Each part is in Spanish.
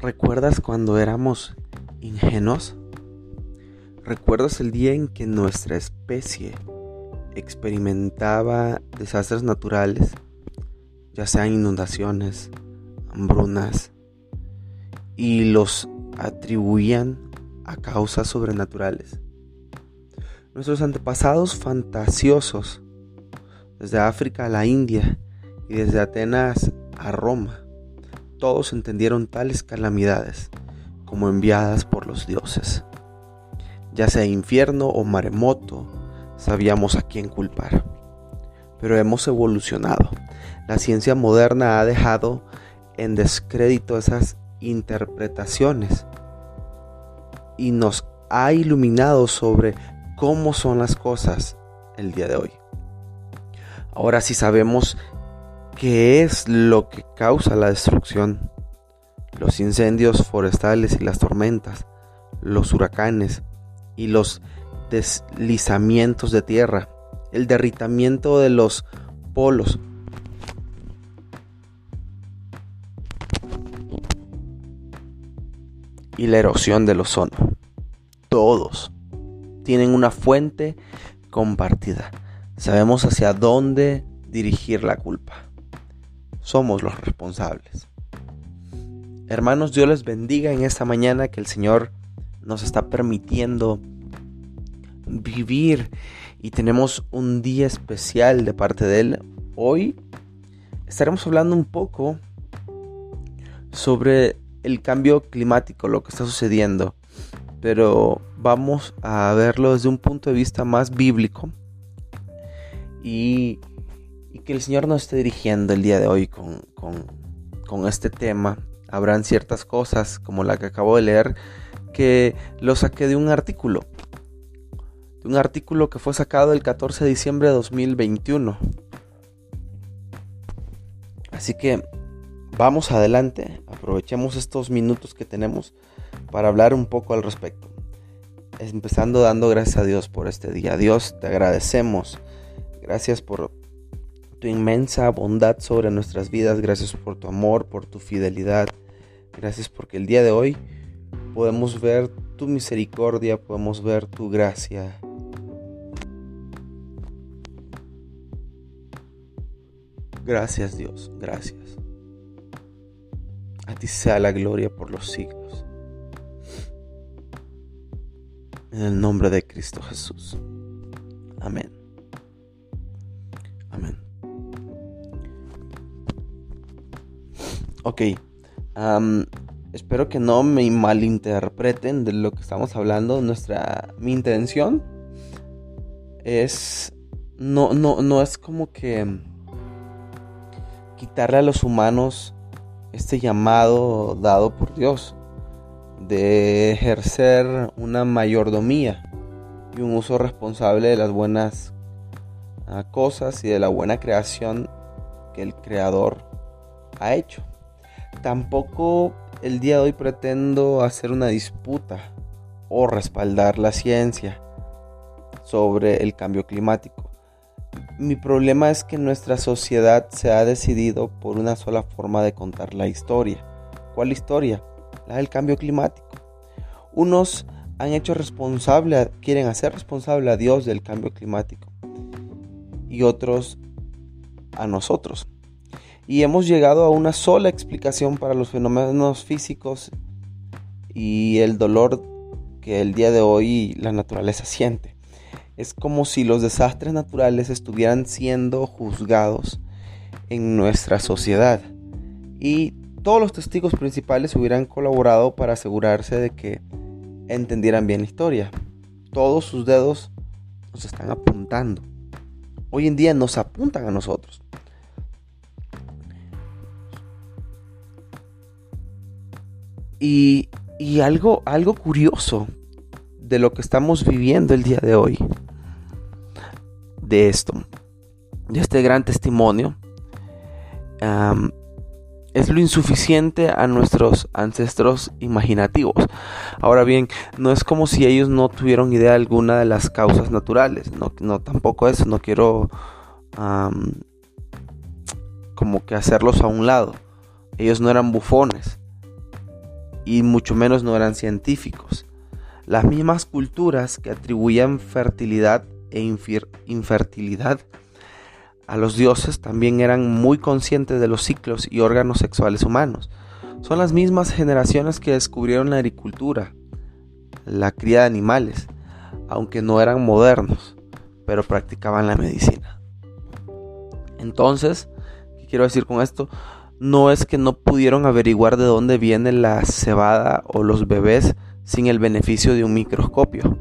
¿Recuerdas cuando éramos ingenuos? ¿Recuerdas el día en que nuestra especie experimentaba desastres naturales, ya sean inundaciones, hambrunas, y los atribuían a causas sobrenaturales? Nuestros antepasados fantasiosos, desde África a la India y desde Atenas a Roma, todos entendieron tales calamidades como enviadas por los dioses. Ya sea infierno o maremoto, sabíamos a quién culpar. Pero hemos evolucionado. La ciencia moderna ha dejado en descrédito esas interpretaciones y nos ha iluminado sobre cómo son las cosas el día de hoy. Ahora sí sabemos qué es lo que causa la destrucción: los incendios forestales y las tormentas, los huracanes y los deslizamientos de tierra, el derritamiento de los polos, y la erosión del ozono. Todos tienen una fuente compartida. Sabemos hacia dónde dirigir la culpa. Somos los responsables. Hermanos, Dios les bendiga en esta mañana que el Señor nos está permitiendo vivir y tenemos un día especial de parte de Él. Hoy estaremos hablando un poco sobre el cambio climático, lo que está sucediendo, pero vamos a verlo desde un punto de vista más bíblico y que el Señor nos esté dirigiendo el día de hoy con este tema. Habrán ciertas cosas como la que acabo de leer que lo saqué de un artículo que fue sacado el 14 de diciembre de 2021. Así que vamos adelante, aprovechemos estos minutos que tenemos para hablar un poco al respecto. Empezando dando gracias a Dios por este día. Dios, te agradecemos. Gracias por tu inmensa bondad sobre nuestras vidas. Gracias por tu amor, por tu fidelidad. Gracias porque el día de hoy podemos ver tu misericordia, podemos ver tu gracia. Gracias, Dios, gracias. A ti sea la gloria por los siglos. En el nombre de Cristo Jesús. Amén. Amén. Ok. Espero que no me malinterpreten de lo que estamos hablando. Mi intención es no es como que quitarle a los humanos este llamado dado por Dios de ejercer una mayordomía y un uso responsable de las buenas cosas y de la buena creación que el Creador ha hecho. Tampoco el día de hoy pretendo hacer una disputa o respaldar la ciencia sobre el cambio climático. Mi problema es que nuestra sociedad se ha decidido por una sola forma de contar la historia. ¿Cuál historia? La del cambio climático. Unos quieren hacer responsable a Dios del cambio climático y otros a nosotros. Y hemos llegado a una sola explicación para los fenómenos físicos y el dolor que el día de hoy la naturaleza siente. Es como si los desastres naturales estuvieran siendo juzgados en nuestra sociedad y todos los testigos principales hubieran colaborado para asegurarse de que entendieran bien la historia. Todos sus dedos nos están apuntando. Hoy en día nos apuntan a nosotros. Y algo curioso de lo que estamos viviendo el día de hoy, de este gran testimonio, es lo insuficiente a nuestros ancestros imaginativos. Ahora bien, no es como si ellos no tuvieron idea alguna de las causas naturales. No tampoco eso. No quiero como que hacerlos a un lado. Ellos no eran bufones. y mucho menos no eran científicos. Las mismas culturas que atribuían fertilidad e infertilidad a los dioses también eran muy conscientes de los ciclos y órganos sexuales humanos. Son las mismas generaciones que descubrieron la agricultura, la cría de animales, aunque no eran modernos, pero practicaban la medicina. Entonces, ¿qué quiero decir con esto? No es que no pudieron averiguar de dónde viene la cebada o los bebés sin el beneficio de un microscopio.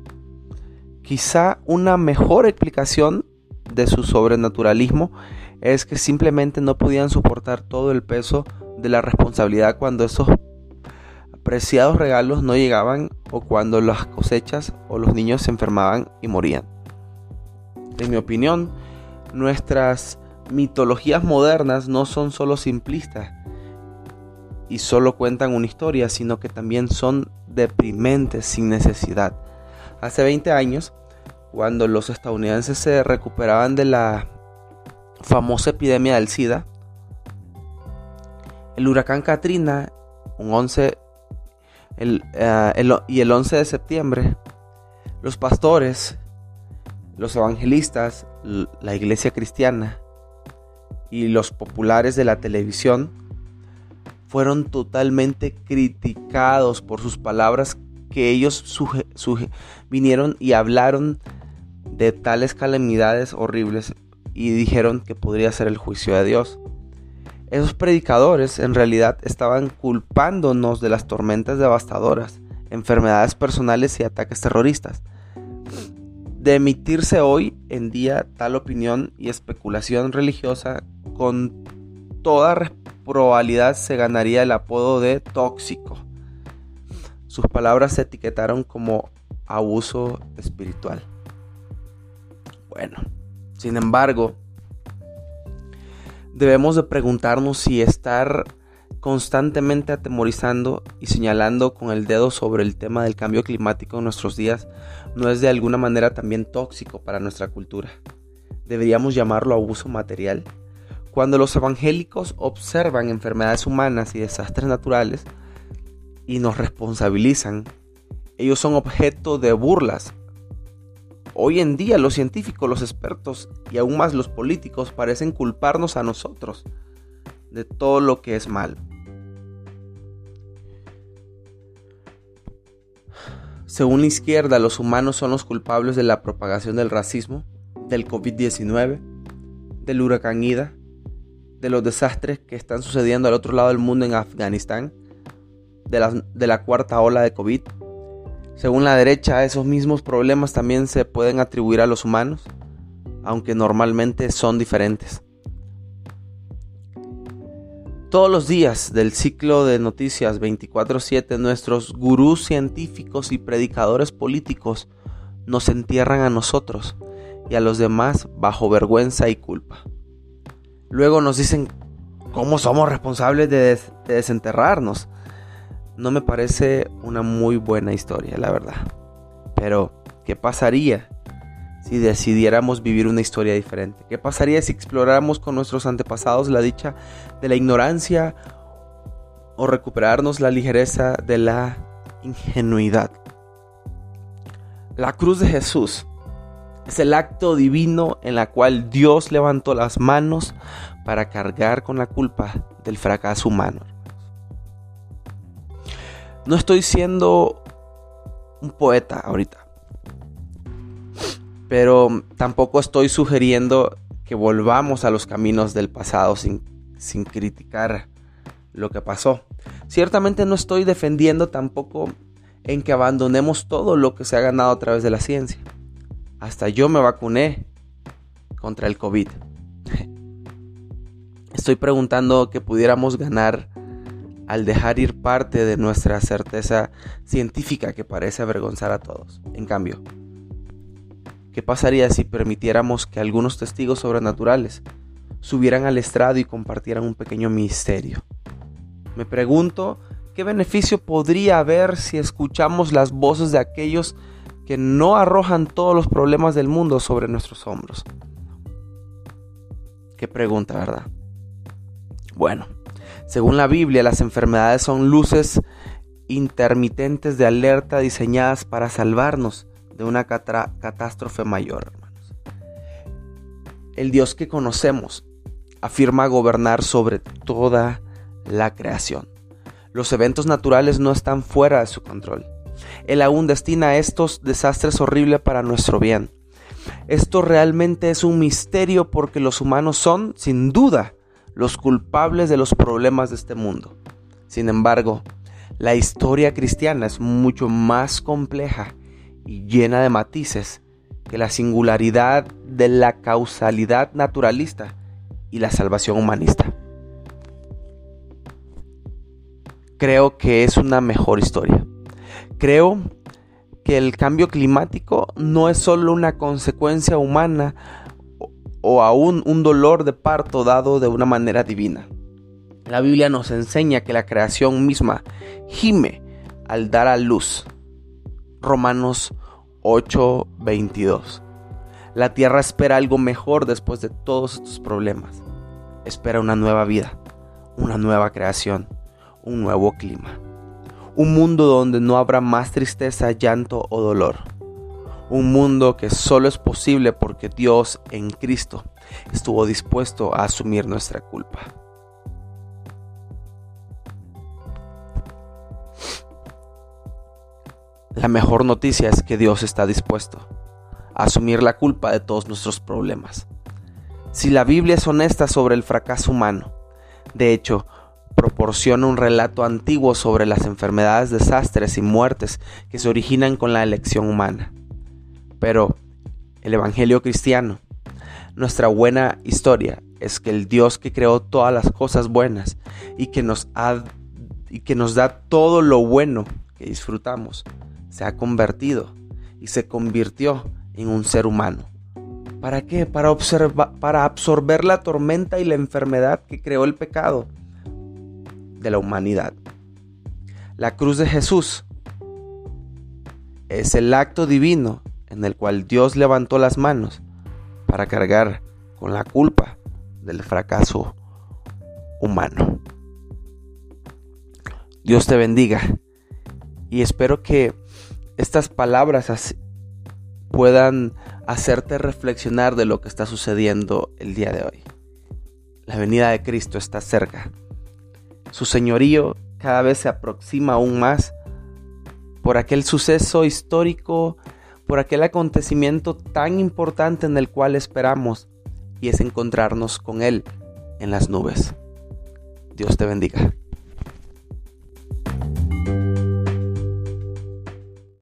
Quizá una mejor explicación de su sobrenaturalismo es que simplemente no podían soportar todo el peso de la responsabilidad cuando esos preciados regalos no llegaban o cuando las cosechas o los niños se enfermaban y morían. En mi opinión, nuestras mitologías modernas no son solo simplistas y solo cuentan una historia, sino que también son deprimentes sin necesidad. Hace 20 años, cuando los estadounidenses se recuperaban de la famosa epidemia del SIDA, el huracán Katrina, el 11 de septiembre, los pastores, los evangelistas, la iglesia cristiana y los populares de la televisión fueron totalmente criticados por sus palabras que ellos vinieron y hablaron de tales calamidades horribles y dijeron que podría ser el juicio de Dios. Esos predicadores en realidad estaban culpándonos de las tormentas devastadoras, enfermedades personales y ataques terroristas. De emitirse hoy en día tal opinión y especulación religiosa, con toda probabilidad se ganaría el apodo de tóxico. Sus palabras se etiquetaron como abuso espiritual. Bueno, sin embargo, debemos de preguntarnos si estar constantemente atemorizando y señalando con el dedo sobre el tema del cambio climático en nuestros días no es de alguna manera también tóxico para nuestra cultura. Deberíamos llamarlo abuso material. Cuando los evangélicos observan enfermedades humanas y desastres naturales y nos responsabilizan, ellos son objeto de burlas. Hoy en día los científicos, los expertos y aún más los políticos parecen culparnos a nosotros de todo lo que es mal. Según la izquierda, los humanos son los culpables de la propagación del racismo, del COVID-19, del huracán Ida, de los desastres que están sucediendo al otro lado del mundo en Afganistán, de la cuarta ola de COVID. Según la derecha, esos mismos problemas también se pueden atribuir a los humanos, aunque normalmente son diferentes. Todos los días del ciclo de noticias 24/7, nuestros gurús científicos y predicadores políticos nos entierran a nosotros y a los demás bajo vergüenza y culpa. Luego nos dicen cómo somos responsables de desenterrarnos. No me parece una muy buena historia, la verdad. Pero, ¿qué pasaría si decidiéramos vivir una historia diferente? ¿Qué pasaría si exploráramos con nuestros antepasados la dicha de la ignorancia o recuperarnos la ligereza de la ingenuidad? La cruz de Jesús es el acto divino en la cual Dios levantó las manos para cargar con la culpa del fracaso humano. No estoy siendo un poeta ahorita, pero tampoco estoy sugiriendo que volvamos a los caminos del pasado sin criticar lo que pasó. Ciertamente no estoy defendiendo tampoco en que abandonemos todo lo que se ha ganado a través de la ciencia. Hasta yo me vacuné contra el COVID. Estoy preguntando qué pudiéramos ganar al dejar ir parte de nuestra certeza científica que parece avergonzar a todos. En cambio, ¿qué pasaría si permitiéramos que algunos testigos sobrenaturales subieran al estrado y compartieran un pequeño misterio? Me pregunto, ¿qué beneficio podría haber si escuchamos las voces de aquellos que no arrojan todos los problemas del mundo sobre nuestros hombros? Qué pregunta, ¿verdad? Bueno, según la Biblia, las enfermedades son luces intermitentes de alerta diseñadas para salvarnos de una catástrofe mayor, hermanos. El Dios que conocemos afirma gobernar sobre toda la creación. Los eventos naturales no están fuera de su control. Él aún destina estos desastres horribles para nuestro bien. Esto realmente es un misterio porque los humanos son, sin duda, los culpables de los problemas de este mundo. Sin embargo, la historia cristiana es mucho más compleja y llena de matices que la singularidad de la causalidad naturalista y la salvación humanista. Creo que es una mejor historia. Creo que el cambio climático no es solo una consecuencia humana o aún un dolor de parto dado de una manera divina. La Biblia nos enseña que la creación misma gime al dar a luz. Romanos 8:22. La tierra espera algo mejor después de todos estos problemas. Espera una nueva vida, una nueva creación, un nuevo clima. Un mundo donde no habrá más tristeza, llanto o dolor. Un mundo que solo es posible porque Dios en Cristo estuvo dispuesto a asumir nuestra culpa. La mejor noticia es que Dios está dispuesto a asumir la culpa de todos nuestros problemas. Si la Biblia es honesta sobre el fracaso humano, de hecho, proporciona un relato antiguo sobre las enfermedades, desastres y muertes que se originan con la elección humana. Pero el Evangelio cristiano, nuestra buena historia, es que el Dios que creó todas las cosas buenas y que nos da todo lo bueno que disfrutamos, se ha convertido y se convirtió en un ser humano. ¿Para qué? Para absorber la tormenta y la enfermedad que creó el pecado de la humanidad. La cruz de Jesús es el acto divino en el cual Dios levantó las manos para cargar con la culpa del fracaso humano. Dios te bendiga y espero que estas palabras puedan hacerte reflexionar de lo que está sucediendo el día de hoy. La venida de Cristo está cerca. Su señorío cada vez se aproxima aún más por aquel suceso histórico, por aquel acontecimiento tan importante en el cual esperamos, y es encontrarnos con Él en las nubes. Dios te bendiga.